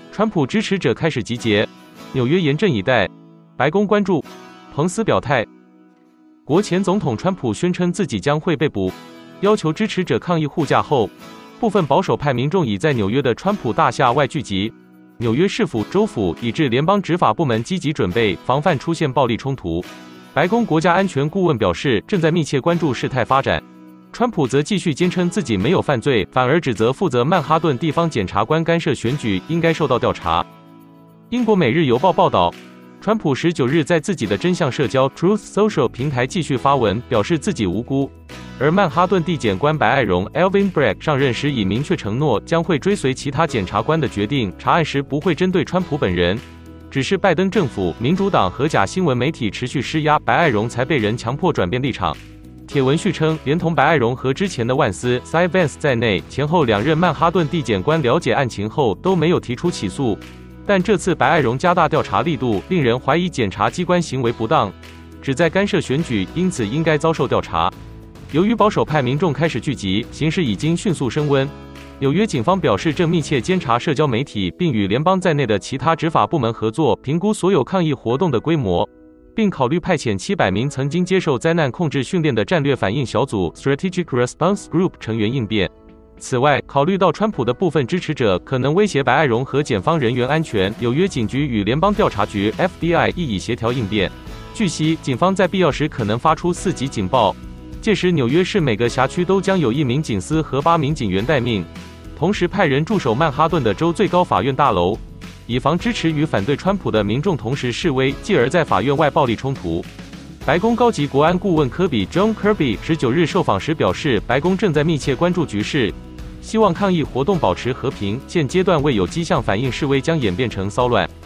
川普支持者开始集结，纽约严阵以待。白宫关注，彭斯表态。国前总统川普宣称自己将会被捕，要求支持者抗议护驾后，部分保守派民众已在纽约的川普大厦外聚集。纽约市府、州府以至联邦执法部门积极准备，防范出现暴力冲突。白宫国家安全顾问表示，正在密切关注事态发展。川普则继续坚称自己没有犯罪，反而指责负责曼哈顿地方检察官干涉选举，应该受到调查。英国《每日邮报》报道，川普19日在自己的真相社交 Truth Social 平台继续发文，表示自己无辜。而曼哈顿地检官白爱荣 Alvin Bragg 上任时已明确承诺，将会追随其他检察官的决定，查案时不会针对川普本人。只是拜登政府、民主党和假新闻媒体持续施压，白爱荣才被人强迫转变立场。帖文续称，连同白爱荣和之前的万斯 Cy Vance 在内，前后2任曼哈顿地检官了解案情后都没有提出起诉。但这次白爱荣加大调查力度，令人怀疑检察机关行为不当，旨在干涉选举，因此应该遭受调查。由于保守派民众开始聚集，形势已经迅速升温。纽约警方表示，正密切监察社交媒体，并与联邦在内的其他执法部门合作，评估所有抗议活动的规模，并考虑派遣700名曾经接受灾难控制训练的战略反应小组 （Strategic Response Group） 成员应变。此外，考虑到川普的部分支持者可能威胁白爱荣和检方人员安全，纽约警局与联邦调查局 （FBI） 亦已协调应变。据悉，警方在必要时可能发出4级警报，届时纽约市每个辖区都将有1名警司和8名警员待命，同时派人驻守曼哈顿的州最高法院大楼，以防支持与反对川普的民众同时示威，继而在法院外暴力冲突。白宫高级国安顾问科比 John Kirby 19日受访时表示，白宫正在密切关注局势，希望抗议活动保持和平，现阶段未有迹象反映示威将演变成骚乱。